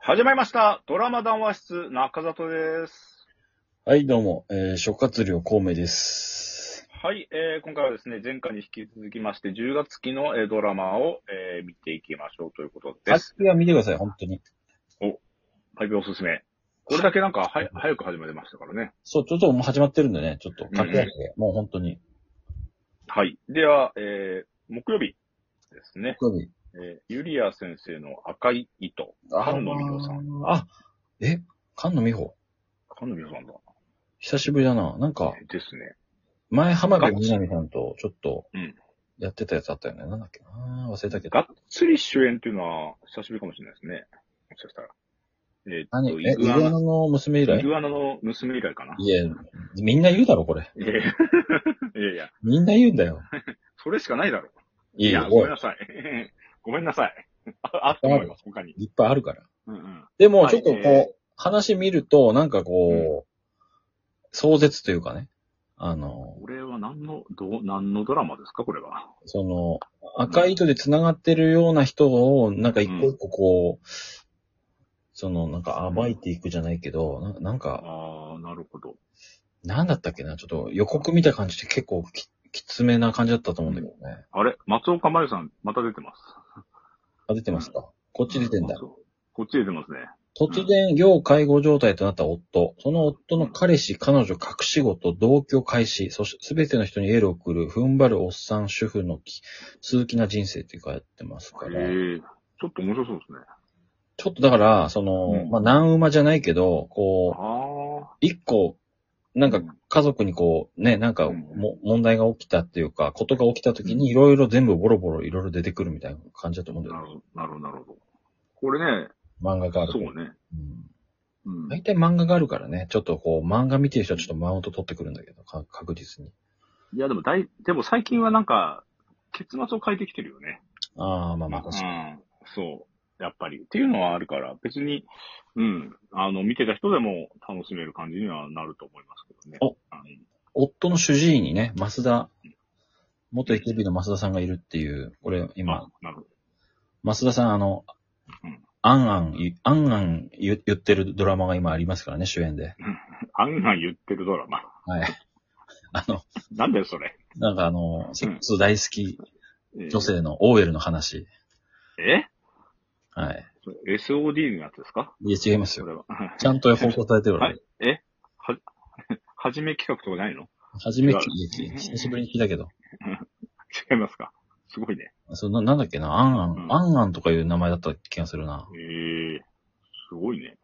始まりました。ドラマ談話室、中里です。 はい、どうも、諸葛亮孔明です。 はい、今回はですね、前回に引き続きまして、10月期の、ドラマを、見ていきましょうということです。 は見てください、本当に。 お、配分おすすめ。これだけなんか、早く始まりましたからね。 そう、ちょっともう始まってるんでね、ちょっと駆け足うんで、もう本当に。 はい。では、木曜日ですね。 木曜日。 ユリア先生の赤い糸。菅野美穂さん。 菅野美穂。 菅野美穂さんだ。 久しぶりだな。なんか、 ですね。 前浜辺美波さんとちょっとうん。 やってたやつあったよね。なんだっけな、忘れたけど。 がっつり主演っていうのは久しぶりかもしれないですね。もしかしたら。イグアナイグアナの娘以来？ イグアナの娘以来かな。 いや、みんな言うだろ、これ。 いやいや、いやいや、 みんな言うんだよ。 それしかないだろ。 いや、 ごめんなさい。ごめんなさい。あと思います、他に。 いっぱいあるから。 うんうん。 でも、 はいちょっと話見ると、なんか壮絶というかね。 これは何のドラマですか、これは。 赤い糸で繋がってるような人を、なんか一個一個なんか暴いていくじゃないけど、なんか、 ああ、なるほど。 なんだったっけな、ちょっと予告見た感じで結構きつめな感じだったと思うんだけどね。 あれ松岡茉優さん、また出てます。 あ、出てますか。こっち出てんだ。 こっち出てますね。 突然、要介護状態となった夫。その夫の彼氏、彼女、隠し子と同居開始。そして、すべての人にエールを送る、踏ん張るおっさん主婦の数奇な人生っていうかやってますから。 ちょっと面白そうですね。 ちょっとだから、難馬じゃないけど、一個、なんか家族になんか問題が起きたっていうか、ことが起きた時にいろいろ全部ボロボロいろいろ出てくるみたいな感じだと思うんだよね。 なるほど。これね、 漫画がある。 そうね。 大体漫画があるからね、ちょっと漫画見てる人はちょっとマウント取ってくるんだけど、確実に。 いや、でも最近はなんか、結末を変えてきてるよね。 ああ、まあ確かに。 そう。やっぱり。っていうのはあるから、別に、見てた人でも楽しめる感じにはなると思いますけどね。 夫の主治医にね、元 AKB の増田さんがいるっていう、これ今、 なるほど。 増田さんあんあん言ってるドラマが今ありますからね、主演で。 あんあん言ってるドラマ。 はい。 なんだよ、それ。 なんかセックス大好き女性の OL の話。 はい。SOD のやつですか？ いや、違いますよ。ちゃんと放送されてるわ。 はい。はじめ企画とかないの？ 久しぶりに聞いたけど。 違いますか？すごいね。 なんだっけな、あんあんとかいう名前だった気がするな。 すごいね。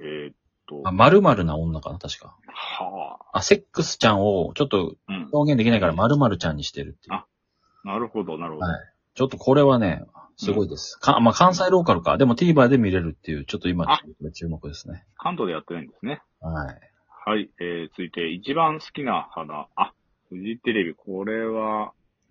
〇〇な女かな、確か。 はあ。 セックスちゃんをちょっと表現できないから〇〇ちゃんにしてるっていう。 なるほど。はい。 ちょっとこれはね、すごいです。関西ローカルか。でも TVer で見れるっていう、ちょっと今注目ですね。 関東でやってないんですね。 はい。 はい。続いて、一番好きな花。フジテレビ。これは、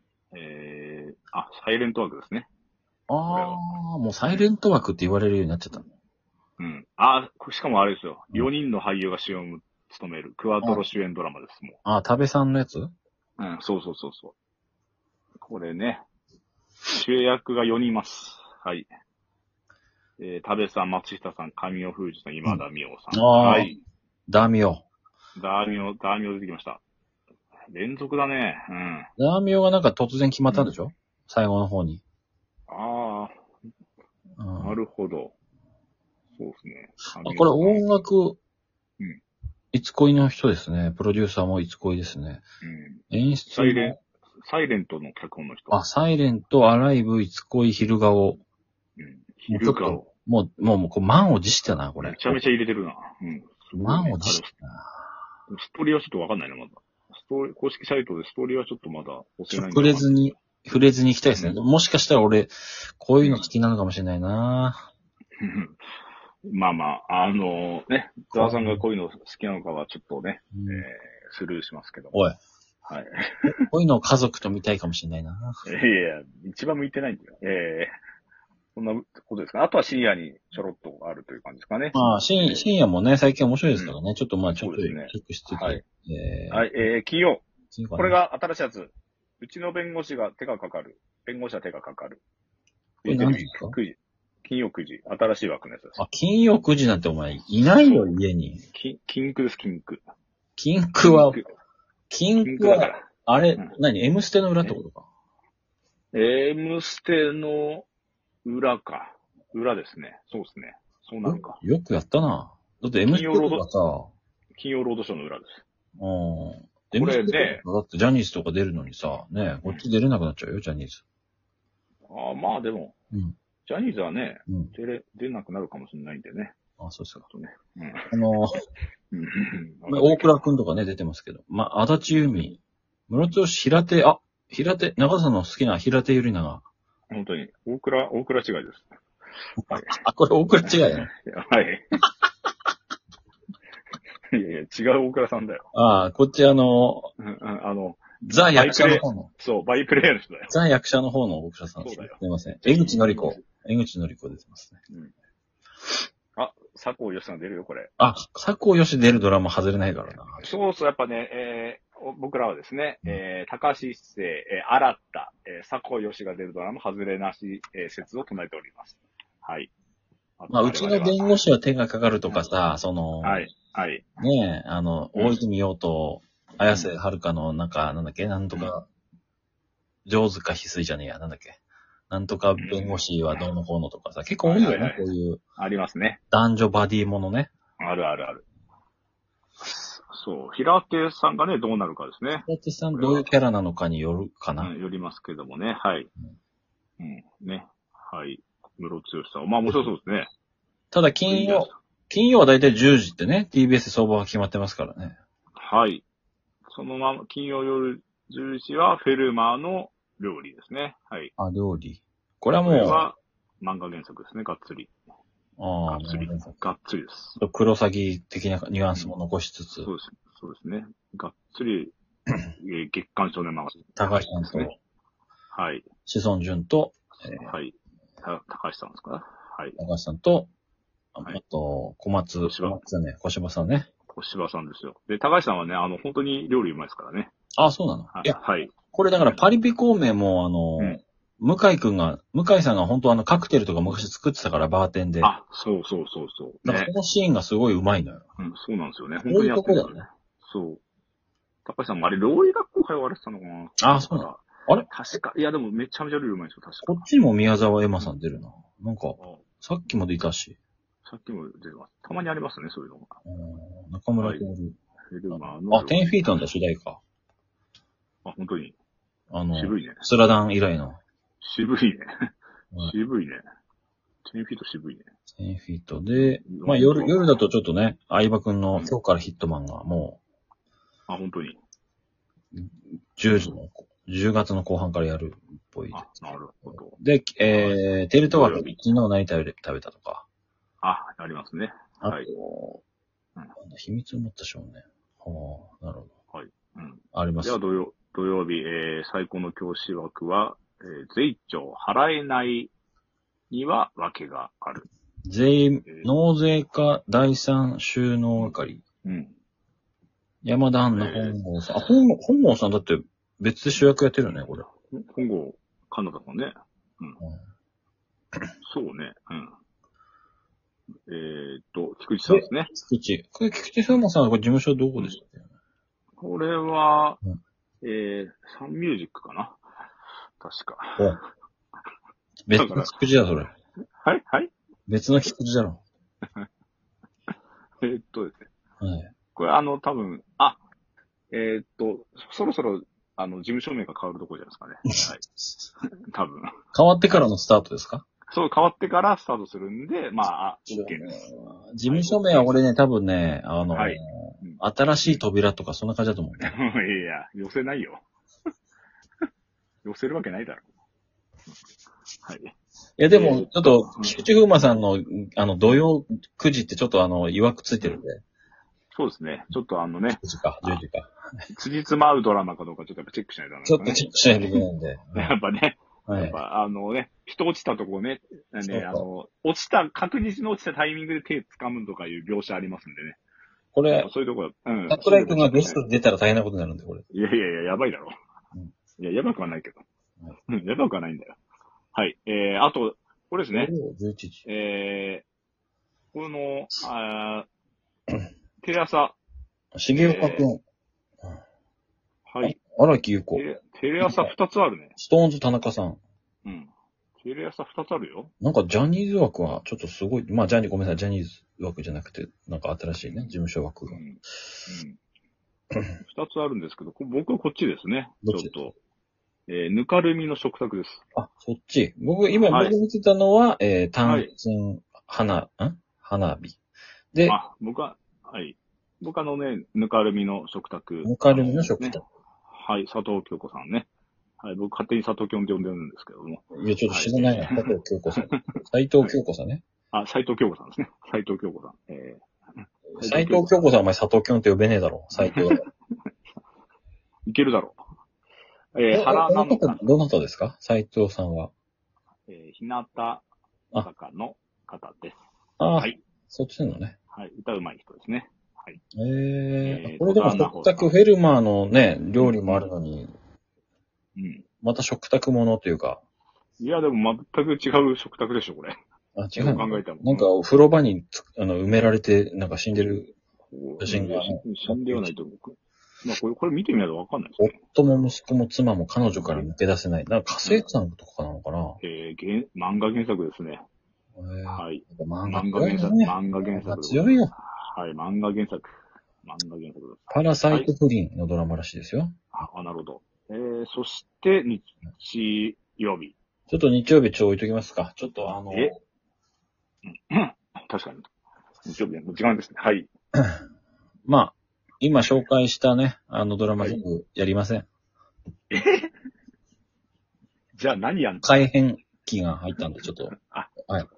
サイレントワークですね。 もうサイレント枠って言われるようになっちゃったの。 しかもあれですよ。4人の俳優が主演を務める、クワトロ主演ドラマです、もう。 多部さんのやつ？ そう。これね、主役が4人います。はい。多部さん、松下さん、神尾楓珠さん、今田美桜さん。はい。 ダーミオ出てきました。連続だね。 ダーミオがなんか突然決まったんでしょ？最後の方に。 なるほど。そうですね。 これ音楽、いつ恋の人ですね。プロデューサーもいつ恋ですね。演出サイレントの脚本の人。 サイレント、アライブ、いつ恋、昼顔。 昼顔。 もう、満を持してな、これ。 めちゃめちゃ入れてるな。 満を持してな。 ストーリーはちょっとわかんないな、まだ。公式サイトでストーリーはちょっとまだ教えないんだ。触れずに行きたいですね。もしかしたら俺、こういうの好きなのかもしれないな。 まあ、ザワさんがこういうの好きなのかはちょっとね、スルーしますけど。 おい。 はい。 こういうのを家族と見たいかもしれないな。 いや、一番向いてないんだよ。そんなことですか。あとは深夜にちょろっとあるという感じですかね。 深夜もね、最近面白いですからね。ちょっとチェックしてて。 はい。金曜。これが新しいやつ。うちの弁護士は手がかかる。 これ何ですか？ 金曜9時。新しい枠のやつです。 あ、金曜9時なんてお前いないよ、家に。 金区です、金区。 金区は、あれ、何 ?M ステの裏ってことか。 M ステの裏か。裏ですね。そうですね。そうなるか。 よくやったな。だって M ステとかさ、 金曜ロードショーの裏です。 M ステとかだってジャニーズとか出るのにさ、ね、こっち出れなくなっちゃうよ、ジャニーズ。 まあでも、ジャニーズはね、出なくなるかもしれないんでね。 あ、そうですか。 ね。 大倉くんとかね、出てますけど。足立由美、室津平手、長さんの好きな平手ゆりなが。 本当に、大倉違いです。 はい、これ大倉違いね。 はい。いや、違う大倉さんだよ。 こっちザ役者の方の。 そう、バイプレイヤーの人だよ。 ザ役者の方の大倉さん。そうだよ。すいません。江口のり子出てますね。 佐藤よしさん出るよ、これ。 佐藤よし出るドラマ外れないからな。 そうそう、やっぱね、僕らはですね、高橋一生、新田、佐藤よしが出るドラマ外れなし、説を唱えております。はい。 うちの弁護士は手がかかるとかさ、 はい。 ねえ、大泉洋と、綾瀬はるかの、なんだっけ、なんとか、上手か翡翠じゃねえや、なんだっけ。なんとか弁護士はどうのこうのとかさ、結構多いよね、こういう。 ありますね。 男女バディものね。 ある。そう、平手さんがね、どうなるかですね。 平手さんどういうキャラなのかによるかな。 よりますけどもね、はい。ね。はい。室津さん。面白そうですね。 ただ金曜はだいたい10時ってね、TBS 相場が決まってますからね。 はい。そのまま、金曜夜10時はフェルマーの料理ですね。はい。 料理。これはもう。 これは漫画原作ですね、がっつり。がっつりです。 クロサギ的なニュアンスも残しつつ。 そうですね。がっつり、月刊少年漫画、 高橋さんと、 はい。 志尊淳と、 はい。高橋さんですか？はい。 高橋さんと、あと、小芝さんね。 小芝さんですよ。で、高橋さんはね、本当に料理うまいですからね。 そうなの？ はい。 これだからパリピ孔明も向井さんが本当カクテルとか昔作ってたから、バーテンで。 そう。 だからこのシーンがすごいうまいのよ。 そうなんですよね。本当にやってるんですよね。そう。高橋さんもあれ、料理学校通われてたのかな？ そうなの？あれ確か。いや、でもめちゃめちゃ料理うまいですよ、確か。 こっちにも宮沢エマさん出るな。なんか、さっきも出たし。 さっきも出てます。たまにありますね、そういうのが。 中村徹。 フェルマーの。 10フィートなんだ、主題歌。 本当に。渋いね。 スラダン以来の。 渋いね。渋いね。10フィート渋いね。 10フィートで、夜だとちょっとね、相葉くんの今日からヒットマンがもう。本当に。 10月の後半からやるっぽい。 なるほど。 で、テレ東枠、昨日何食べたとか。 ありますね。はい。 秘密を持った少年。なるほど。 はい。 あります。 では土曜日、最高の教師枠は、税調払えないには訳がある。 納税課第三収納係。山田アンナ本郷さん。本郷さんだって別で主役やってるよね、これ。 本郷、カナダさんね。そうね。菊池さんですね。 菊池風磨さんはこれ事務所どこでしたっけ？ これは、サンミュージックかな？確か。 別の菊池だ、それ。 はい別の菊池だろ。 ですね。 はい。 これ多分、そろそろ、事務所名が変わるところじゃないですかね。はい。多分。 変わってからのスタートですか？ そう、変わってからスタートするんで、OK です。 事務所名は俺ね、多分ね、新しい扉とかそんな感じだと思う。 いや、寄せないよ。寄せるわけないだろ。はい。いや、でも、ちょっと、菊池風磨さんの、土曜9時ってちょっと曰くついてるんで。 そうですね。ちょっと10 時か。 辻褄合うドラマかどうかちょっとやっぱチェックしないとダメちょっとチェックしないといけないんで。 やっぱね。やっぱ人落ちたとこね、確実に落ちたタイミングで手掴むとかいう描写ありますんでね。 これ、 そういうとこ桜井くんがゲストで出たら大変なことになるんで、これ。 いや、やばいだろ。いや、やばくはないけど。やばくはないんだよ。はい。あと、 これですね。 11時。 この、テレ朝。 重岡くん。 はい。 荒木優子。 テレ朝2つあるね。 ストーンズ田中さん。 うん。テレ朝2つあるよ。 なんかジャニーズ枠はちょっとすごい、まあごめんなさい、ジャニーズ枠じゃなくて、なんか新しいね、事務所枠が。 2つあるんですけど、僕はこっちですね。 どっちちょっと。ぬかるみの食卓です。 あ、そっち。僕見てたのは、単身花火。で、 僕はぬかるみの食卓。 ぬかるみの食卓。 はい、佐藤京子さんね。はい、僕勝手に佐藤京子って呼んでるんですけども。 いや、ちょっと知らないな、佐藤京子さん。斉藤京子さんね。 斉藤京子さんですね。斉藤京子さん。 斉藤京子さんお前佐藤京って呼べねえだろ。斉藤。 いけるだろう。原なのか。 どなたですか斉藤さんは。 日向坂の方です。 はい。そっちなのね。 はい。歌うまい人ですね。はい。 これでも食卓フェルマーのね、料理もあるのに、また食卓ものというか。 いや、でも全く違う食卓でしょ、これ。 違う。 考えたもん。 なんか、風呂場に、埋められて、なんか死んでる写真が。 死んではないと思う。まあ、これ見てみないとわかんないですね。 夫も息子も妻も彼女から抜け出せない。なんか、家政婦さんとかなのかな漫画原作ですね。はい。 漫画原作。 強いよ。 はい、漫画原作です。 パラサイト不倫のドラマらしいですよ。 なるほど。そして、日曜日。 ちょっと日曜日置いときますか。ちょっと確かに。日曜日の時間ですね。はい。 まあ、今紹介したね、ドラマ全部やりません。 じゃあ何やんの？ 改編期が入ったんで、ちょっと。 はい。